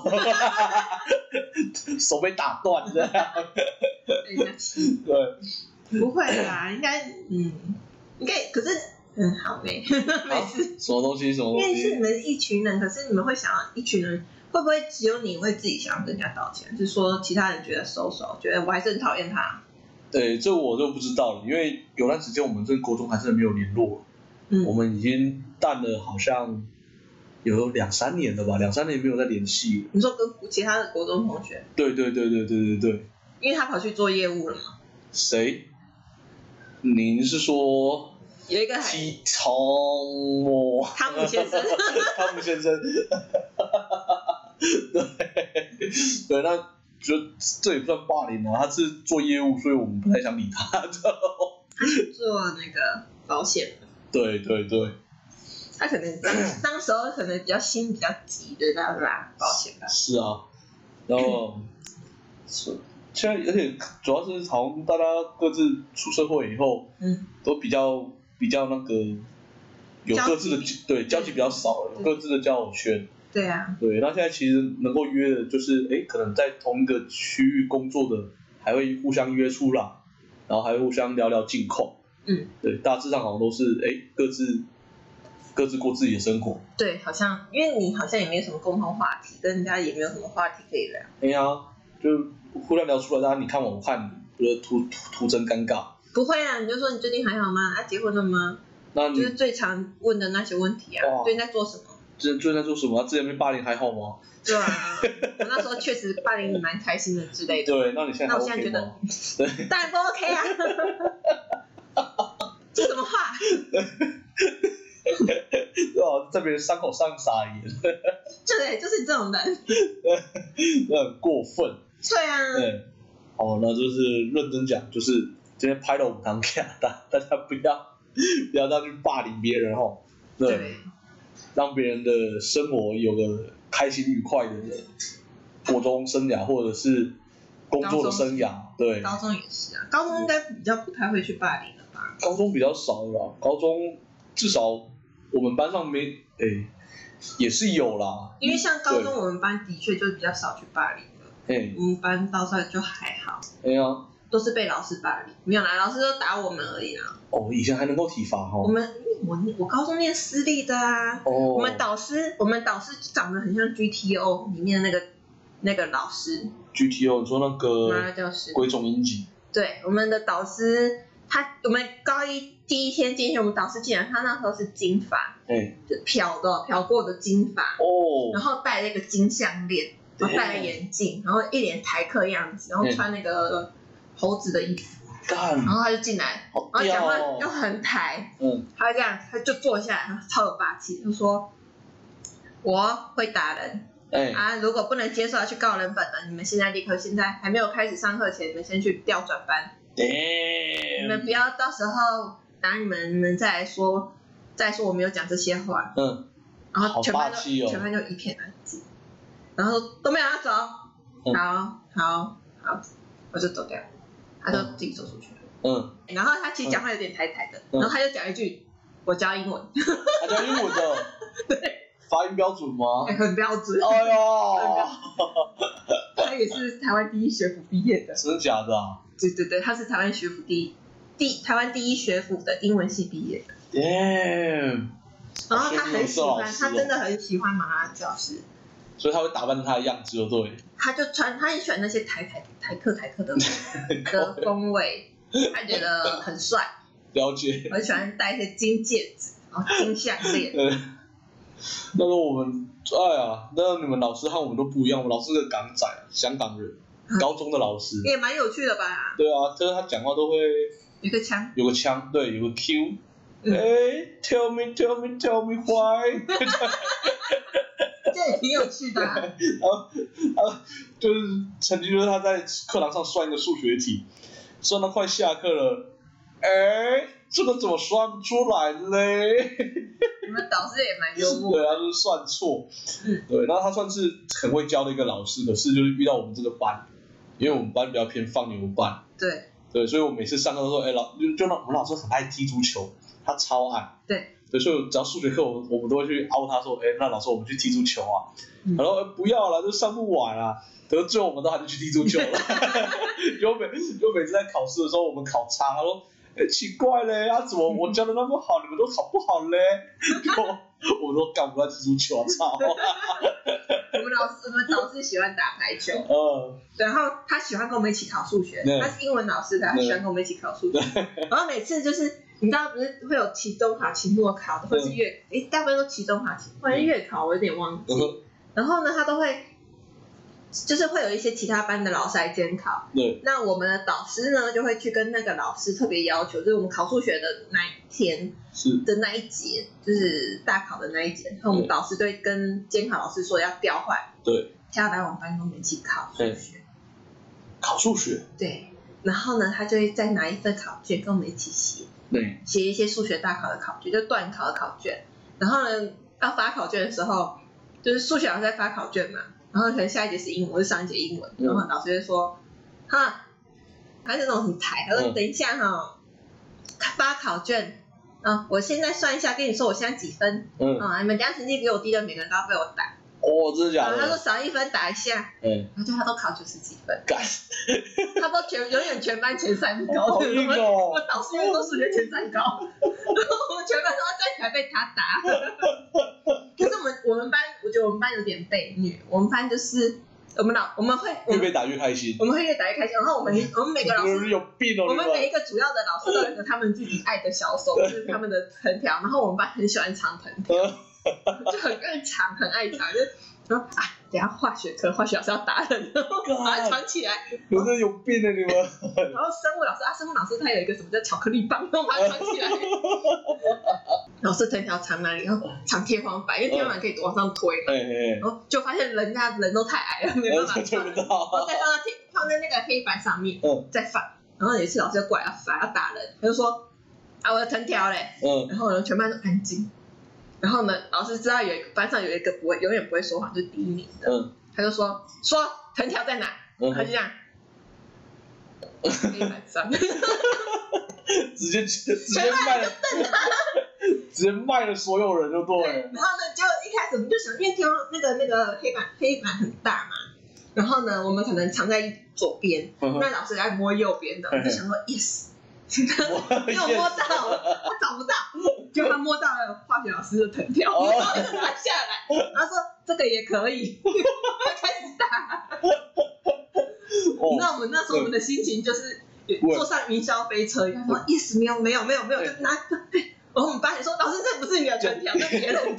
手被打断这样。 对，不会啦，应该，可是，好没事。 什么东西？因为是你们一群人，可是你们会想要一群人，会不会只有你会自己想要跟人家道歉？就是说其他人觉得觉得我还是很讨厌他。 对，这我就不知道了，因为有段时间我们这国中还是没有联络，我们已经淡了，好像有2-3年了吧，2-3年没有再联系。 你说跟其他的国中同学？ 对。 因为他跑去做业务了嘛。 谁？您是说？ 有一个汤姆先生。汤姆先生。对，那就这也不算霸凌啊，他是做业务，所以我们不太想理他。他是做那个保险的。 对。 他可能当时候可能心比较急的那吧，保险吧。 是啊，然后现在而且主要是好像大家各自出社会以后，都比较那个有各自的交集比较少了，有各自的交友圈。 对啊。 对，那现在其实能够约的，就是可能在同一个区域工作的，还会互相约出来，然后还会互相聊聊近况。对，大致上好像都是各自过自己的生活。 对，好像因为你好像也没有什么共同话题，跟人家也没有什么话题可以聊。 就忽然聊出来，大家你看我看你，觉得徒增尴尬。 不会啊，你就说你最近还好吗？结婚了吗？那就是最常问的那些问题啊。最近在做什么？ 最近在做什么？之前被霸凌还好吗？ 对啊，我那时候确实霸凌你蛮开心的之类的。 对，那你现在还 OK 吗？ 那我现在觉得，对，当然不 OK 啊。这什么话？ 在别人伤口上撒盐。 对，就是这种人。 那很过分。 对啊。 对。那就是认真讲，就是今天拍了5堂卡，大家不要再去霸凌别人吼。对。让别人的生活有个开心愉快的国中生涯，或者是工作的生涯。对。 高中也是啊，高中应该比较不太会去霸凌了吧？ 高中比较少了，高中至少我们班上没也是有啦。 因为像高中我们班的确就比较少去霸凌了。我们班到时候就还好。都是被老师霸凌，没有啦，老师都打我们而已啦。 以前还能够体罚哈。 我高中念私立的啊。我们导师长得很像 GTO 里面的那个老师。 GTO 你说那个？ 麻辣教师。 鬼冢英吉。对， 我们的导师我们高一第一天进去，我们导师竟然他那时候是金发，就漂过的金发。然后戴了一个金项链，然后戴了眼镜，然后一脸台客样子，然后穿那个猴子的衣服。然后他就进来，然后讲话又很台。他这样，他就坐下来，超有霸气，就说：“我会打人。如果不能接受，要去告人本了。你们现在还没有开始上课前，你们先去调转班。你们不要到时候打你们再说我没有讲这些话。”然后全班就一片安静，然后都没有要走。好，我就走掉。他就自己走出去了。然后他其实讲话有点台的，然后他就讲一句：“我教英文。” 他教英文的。对。发音标准吗？ 很标准。他也是台湾第一学府毕业的。 真的假的啊？ 对，他是台湾学府台湾第一学府的英文系毕业的。然后他很喜欢，他真的很喜欢麻辣教师。 所以他会打扮他的样子，就对。 他很喜欢那些台客的风味，他觉得很帅。 了解。 很喜欢戴一些金戒指，然后金项链。 那个我们，那你们老师和我们都不一样，我们老师是个港仔，香港人，高中的老师。 也蛮有趣的吧？ 对啊，就是他讲话都会有个腔， 对，有个 Q。Tell me why。 这也挺有趣的。 然后就是曾经就是他在课堂上算一个数学题，算到快下课了，这个怎么算不出来嘞？ 你们导师也蛮幽默。 对，他就是算错。对，然后他算是很会教的一个老师，可是就是遇到我们这个班，因为我们班比较偏放牛班。 对， 对，所以我每次上课都说，就我们老师很爱踢足球，他超爱。 对。 对，所以只要数学课我们都会去凹他说，那老师我们去踢足球啊。然后不要了，就上不完啊。得最后我们都还是去踢足球了。就每次在考试的时候，我们考差，他说，奇怪嘞，怎么我教的那么好，你们都考不好嘞？我都干不到踢足球，操！ 我们老师喜欢打排球，然后他喜欢跟我们一起考数学，他是英文老师，他喜欢跟我们一起考数学。然后每次就是你知道不是会有期中考、期末考的，或是大部分都期中考、或者月考，我有点忘记。然后呢，他都会。就是会有一些其他班的老师来监考， 对。 那我们的导师呢，就会去跟那个老师特别要求，就是我们考数学的那一天的那一节，就是大考的那一节，然后我们导师就会跟监考老师说要调换， 对， 他要来我们班跟我们一起考数学。 考数学？ 对。然后呢，他就会再拿一份考卷跟我们一起写， 对， 写一些数学大考的考卷，就段考的考卷。然后呢，要发考卷的时候，就是数学老师在发考卷嘛。然后可能下一节是英文，或是上一节英文，然后老师就说，他是那种很抬，他说等一下发考卷，我现在算一下，跟你说我现在几分，你们等下成绩比我低的每个人都要被我打。 真的假的？ 他说少1分打一下，然后他都考90几分，他都永远全班前3高，我导师永远都数学前3高，然后我们全班都要站起来被他打。可是我们班，我觉得我们班有点被虐。我们班就是我们会越被打越开心， 我们会越打越开心。然后我们每个老师有病哦， 我们每一个主要的老师都有一个他们自己爱的小手，就是他们的藤条。然后我们班很喜欢藏藤条，就很爱藏，就是说等下化学课，化学老师要打人，然后把它藏起来。 有的有病的你们。 然后生物老师他有一个什么叫巧克力棒，然后把它藏起来。老师藤条藏哪里？然后藏天花板，因为天花板可以往上推嘛。然后就发现人都太矮了，没办法放。然后再放在那个黑板上面，再放。然后有一次老师就过来要打人，他就说我的藤条嘞。然后呢，全班都安静。然后呢，老师知道班上有一个永远不会说谎，就是第1名的，他就说藤条在哪？他就这样，黑板上， 直接卖了，直接卖了所有人就对了。 然后呢，就一开始我们就想，因为那个黑板很大嘛，然后呢，我们可能藏在左边，那老师在摸右边的，我就想说 yes。没有摸到，他找不到，结果他摸到了化学老师的藤条，然后就拿下来，他说这个也可以，他开始打。那我们那时候我们的心情就是坐上云霄飞车，他说 yes 没有，就拿。然后我们班里说老师这不是你的藤条，是别人的。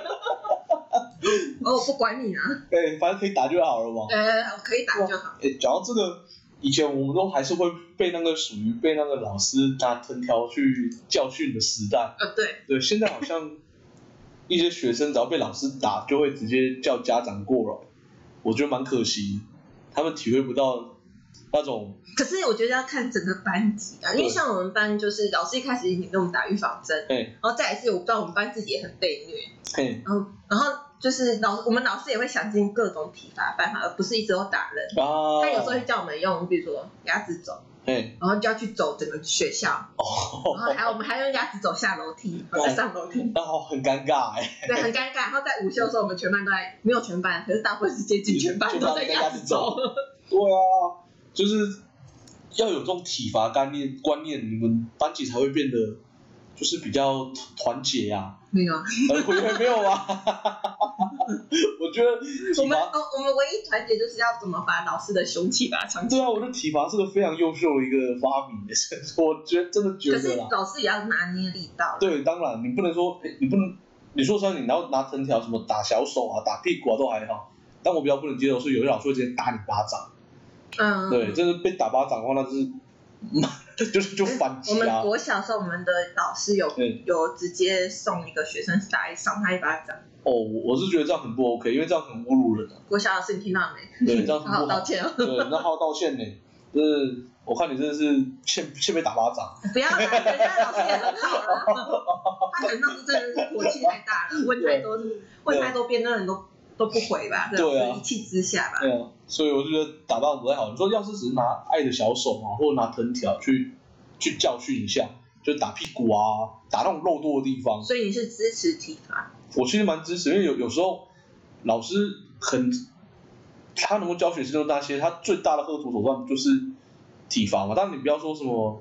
我不管你啊， 反正可以打就好了嘛。 可以打就好。 讲到这个。以前我们都还是会被属于被那个老师拿藤条去教训的时代。对，现在好像一些学生只要被老师打，就会直接叫家长过来，我觉得蛮可惜，他们体会不到那种。 可是我觉得要看整个班级啊，因为像我们班就是老师一开始已经给我们打预防针，然后再来是我不知道我们班自己也很被虐，然后。就是我们老师也会想尽各种体罚办法，而不是一直都打人。他有时候会叫我们用，比如说鸭子走，然后就要去走整个学校，然后我们还用鸭子走下楼梯，然后再上楼梯， 很尴尬对，很尴尬。然后在午休的时候，我们全班都在，没有全班，可是大部分是接近全班都在鸭子走。 对啊，就是要有这种体罚观念，你们班级才会变得就是比较团结啊。 没有啊， 没有啊。我觉得我们唯一团结就是要怎么把老师的凶器把它藏起来。 对啊，我觉得体罚是个非常优秀的一个发明，我真的觉得啦。 可是老师也要拿捏力道。 对，当然你不能说，你说实在，你拿藤条什么打小手啊、打屁股啊都还好，但我比较不能接受是有些老师会直接打你巴掌。对，真的被打巴掌的话，那就是就反击啊。 我们国小的时候，我们的老师有直接送一个学生赏他一巴掌。 我是觉得这样很不 OK， 因为这样很侮辱人啊。 国小老师你听到没？ 对，这样很不好。 好好道歉哦。 对，那好好道歉呢。就是我看你真的是欠被打巴掌。 不要啦，人家老师也很好啦。他可能当时真的是火气太大了，问太多，辩论人都都不回吧？ 对啊， 一气之下吧。 对啊，所以我就觉得打棒不太好。你说要是只是拿爱的小手啊，或者拿藤条去教训一下，就打屁股啊，打那种肉多的地方。 所以你是支持体罚？ 我其实蛮支持，因为有时候老师他能够教学生那些，他最大的贺图手段就是体罚嘛。但你不要说什么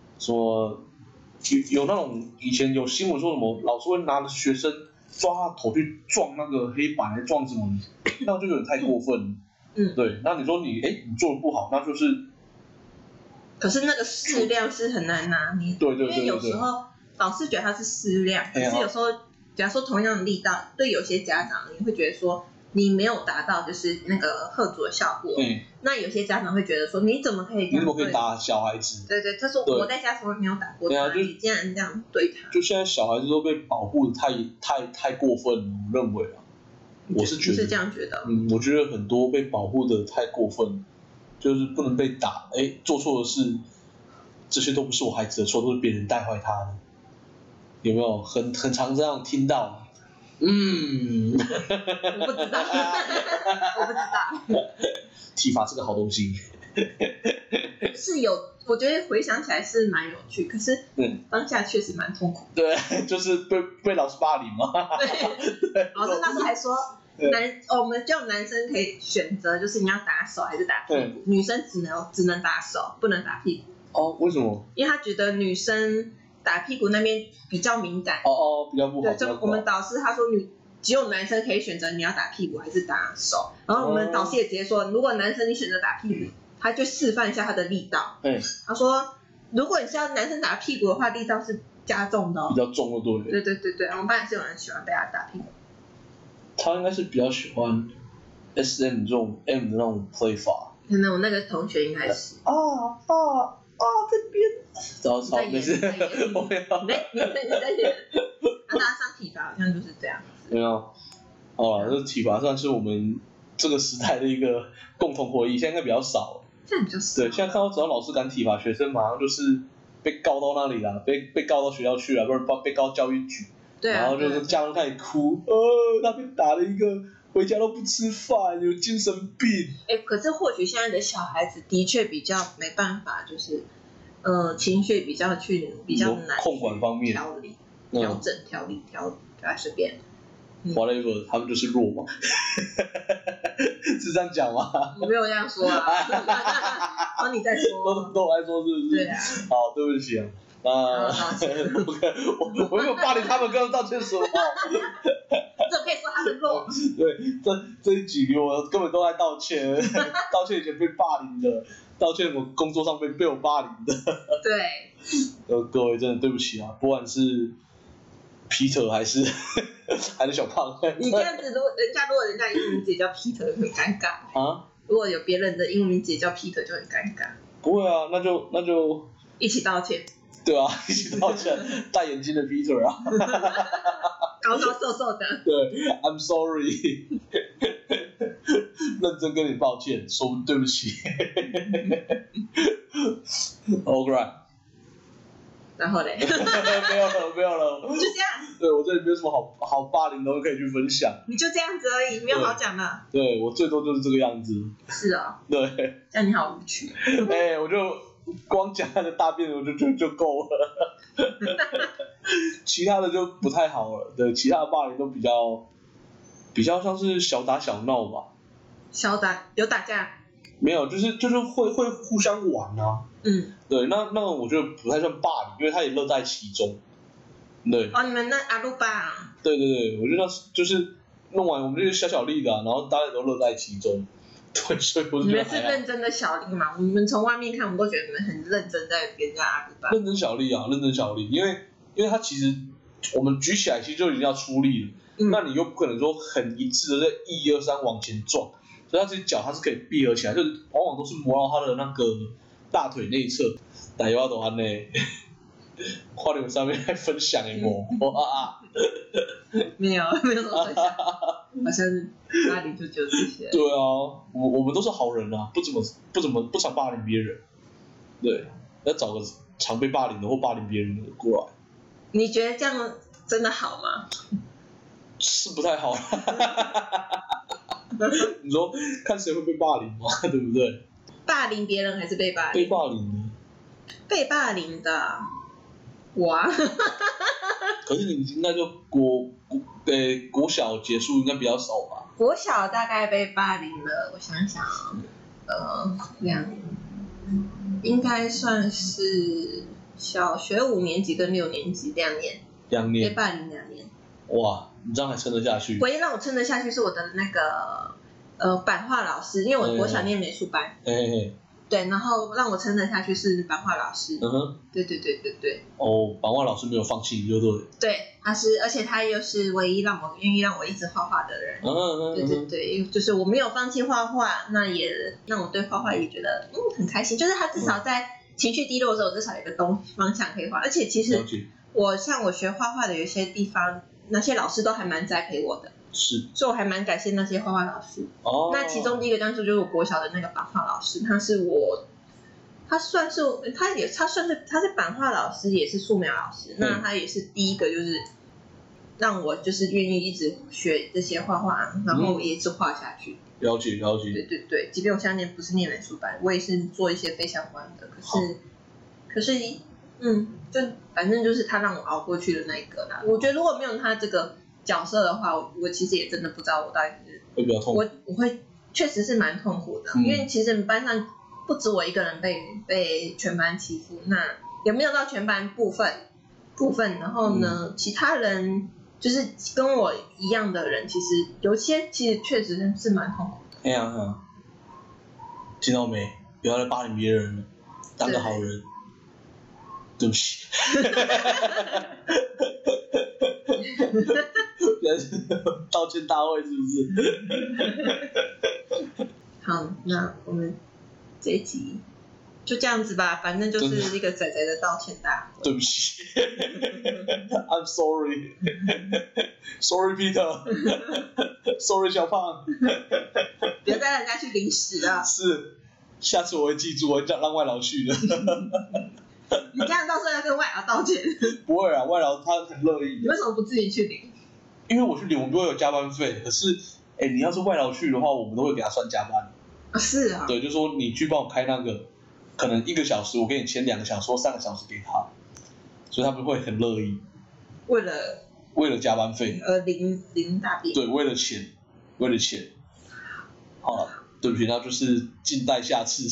有那种以前有新闻说什么老师会拿着学生抓他头去撞那个黑板，还撞什么，那就有点太过分了。对。那你说你做的不好，那就是。 可是那个适量是很难拿捏。 对。因为有时候老师觉得他是适量，可是有时候假如说同样的力道，对有些家长你会觉得说你没有达到就是那个贺主的效果。那有些家长会觉得说你怎么可以这样？你怎么可以打小孩子？ 对，他说我在家从来没有打过他，你竟然这样对他。 就现在小孩子都被保护的太过分了，我认为啊，我是觉得。 是这样觉得。 我觉得很多被保护的太过分，就是不能被打。做错的事，这些都不是我孩子的错，都是别人带坏他的。有没有很常这样听到？ 我不知道，我不知道。 体罚是个好东西。 是有，我觉得回想起来是蛮有趣，可是当下确实蛮痛苦。 对，就是被老师霸凌嘛。 对，老师那时候还说我们叫男生可以选择，就是你要打手还是打屁股，女生只能打手，不能打屁股。 为什么？ 因为他觉得女生打屁股那边比较敏感。 比较不好。 对，就我们导师他说只有男生可以选择你要打屁股还是打手，然后我们导师也直接说，如果男生你选择打屁股，他就示范一下他的力道。他说如果你是要男生打屁股的话，力道是加重的。 比较重的。 对，我们班也是有人喜欢被他打屁股。 他应该是比较喜欢 SM 这种 M 的那种 play 法。 可能我那个同学应该是。这边。 糟，没事。我没有。 你在演。他上体罚好像就是这样子。 没有。这体罚算是我们这个时代的一个共同回忆，现在应该比较少。 现在比较少。 对，现在看到只要老师敢体罚学生，马上就是被告到那里啦，被告到学校去了，不是被告教育局。 对啊。 然后就是家长开始哭，他被打了一个回家都不吃饭，有精神病。 可是或许现在的小孩子的确比较没办法，就是情绪比较难控管方面调理、调整、调理、随便。 whatever， 他们就是弱嘛。是这样讲吗？ 我没有这样说啊。你在说。 都我在说是不是？ 对啊。 好，对不起啊。我没有霸凌他们，跟他们道歉什么？ 这可以说他们弱。 对，这一集我根本都在道歉，道歉以前被霸凌的，道歉我工作上被我霸凌的。 对。 各位真的对不起啊，不管是 Peter 还是小胖。 你这样子，如果人家英文名字叫 Peter 就很尴尬啊。 如果有别人的英文名字叫 Peter 就很尴尬。 不会啊，那就一起道歉。 对啊，一起道歉。戴眼镜的 Peter 啊。 高高瘦瘦的。 对 ，I'm sorry。认真跟你抱歉，说对不起。Alright。 然后嘞？ 没有了。 就这样。 对，我这里没有什么好霸凌的可以去分享。 你就这样子而已，没有好讲的。 对，我最多就是这个样子。 是啊。 对。 这样你好无趣。 我就光讲那个大便我就够了。其他的就不太好了。对，其他的霸凌都比较像是小打小闹吧。 有打架？ 没有，就是会互相玩啊。对，那我觉得不太算霸凌，因为他也乐在其中。对。 你们那阿鲁巴。 对，我觉得就是弄完我们就是小力的，然后大家都乐在其中。对，所以我觉得你们是认真的小力嘛？我们从外面看，我们都觉得你们很认真在跟人家阿鲁巴。 认真小力，因为他其实我们举起来其实就已经要出力了。那你又不可能说很一致的在1、2、3往前撞，所以他这些脚它是可以闭合起来，就是往往都是磨到他的那个大腿内侧。大家都安呢，看你们上面在分享的哇。 没有什么分享，好像是霸凌就这些。 对啊，我们都是好人啊，不常霸凌别人。对，要找个常被霸凌的或霸凌别人的过来。 你觉得这样真的好吗？ 是不太好。 你说看谁会被霸凌嘛，对不对？ 霸凌别人还是被霸凌？ 被霸凌的。 被霸凌的，我啊。 可是你应该就国小结束应该比较少吧？ 国小大概被霸凌了，我想想，应该算是小学5年级跟6年级2年。 2年。 被霸凌2年。 哇，你这样还撑得下去？ 唯一让我撑得下去是我的那个版画老师，因为我国小念美术班。对，然后让我撑得下去是版画老师。对。 哦，版画老师没有放弃，就对。 对，他是，而且他又是唯一愿意让我一直画画的人。对，就是我没有放弃画画，那也让我对画画也觉得很开心。就是他至少在情绪低落的时候，我至少有一个方向可以画。而且其实我学画画的有一些地方，那些老师都还蛮栽培我的。 是， 所以我还蛮感谢那些画画老师。那其中第一个当初就是我国小的那个版画老师，他是版画老师，也是素描老师。那他也是第一个就是让我就是愿意一直学这些画画，然后也一直画下去。 了解。 对，即便我现在不是念美术班，我也是做一些非相关的。可是就反正就是他让我熬过去的那一个啦。我觉得如果没有他这个角色的话，我其实也真的不知道我到底是会比较痛苦。 我会确实是蛮痛苦的，因为其实班上不止我一个人被全班欺负，那也没有到全班部分，然后呢，其他人就是跟我一样的人，其实有些其实确实是蛮痛苦的。 哎呀，听到没？不要再霸凌别人了，当个好人。对不起。道歉大会是不是？ 好，那我们这一集就这样子吧，反正就是一个仔仔的道歉大会。 对不起。I'm sorry. Sorry Peter. Sorry 小胖。 不要带人家去领屎啊！ 是，下次我会记住，我会让外劳去的。 你这样到时候要跟外劳道歉。 不会啊，外劳他很乐意。 你为什么不自己去领？ 因为我去领，我们都会有加班费。可是，你要是外劳去的话，我们都会给他算加班。 是啊。对， 就说你去帮我开那个，可能1个小时，我给你签2个小时或3个小时给他，所以他们会很乐意。为了加班费。 领大便。 对，为了钱。好了，对不起，那就是静待下次。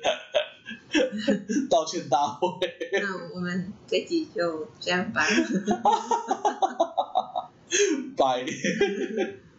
道歉大会。 那我们这集就这样吧。 拜。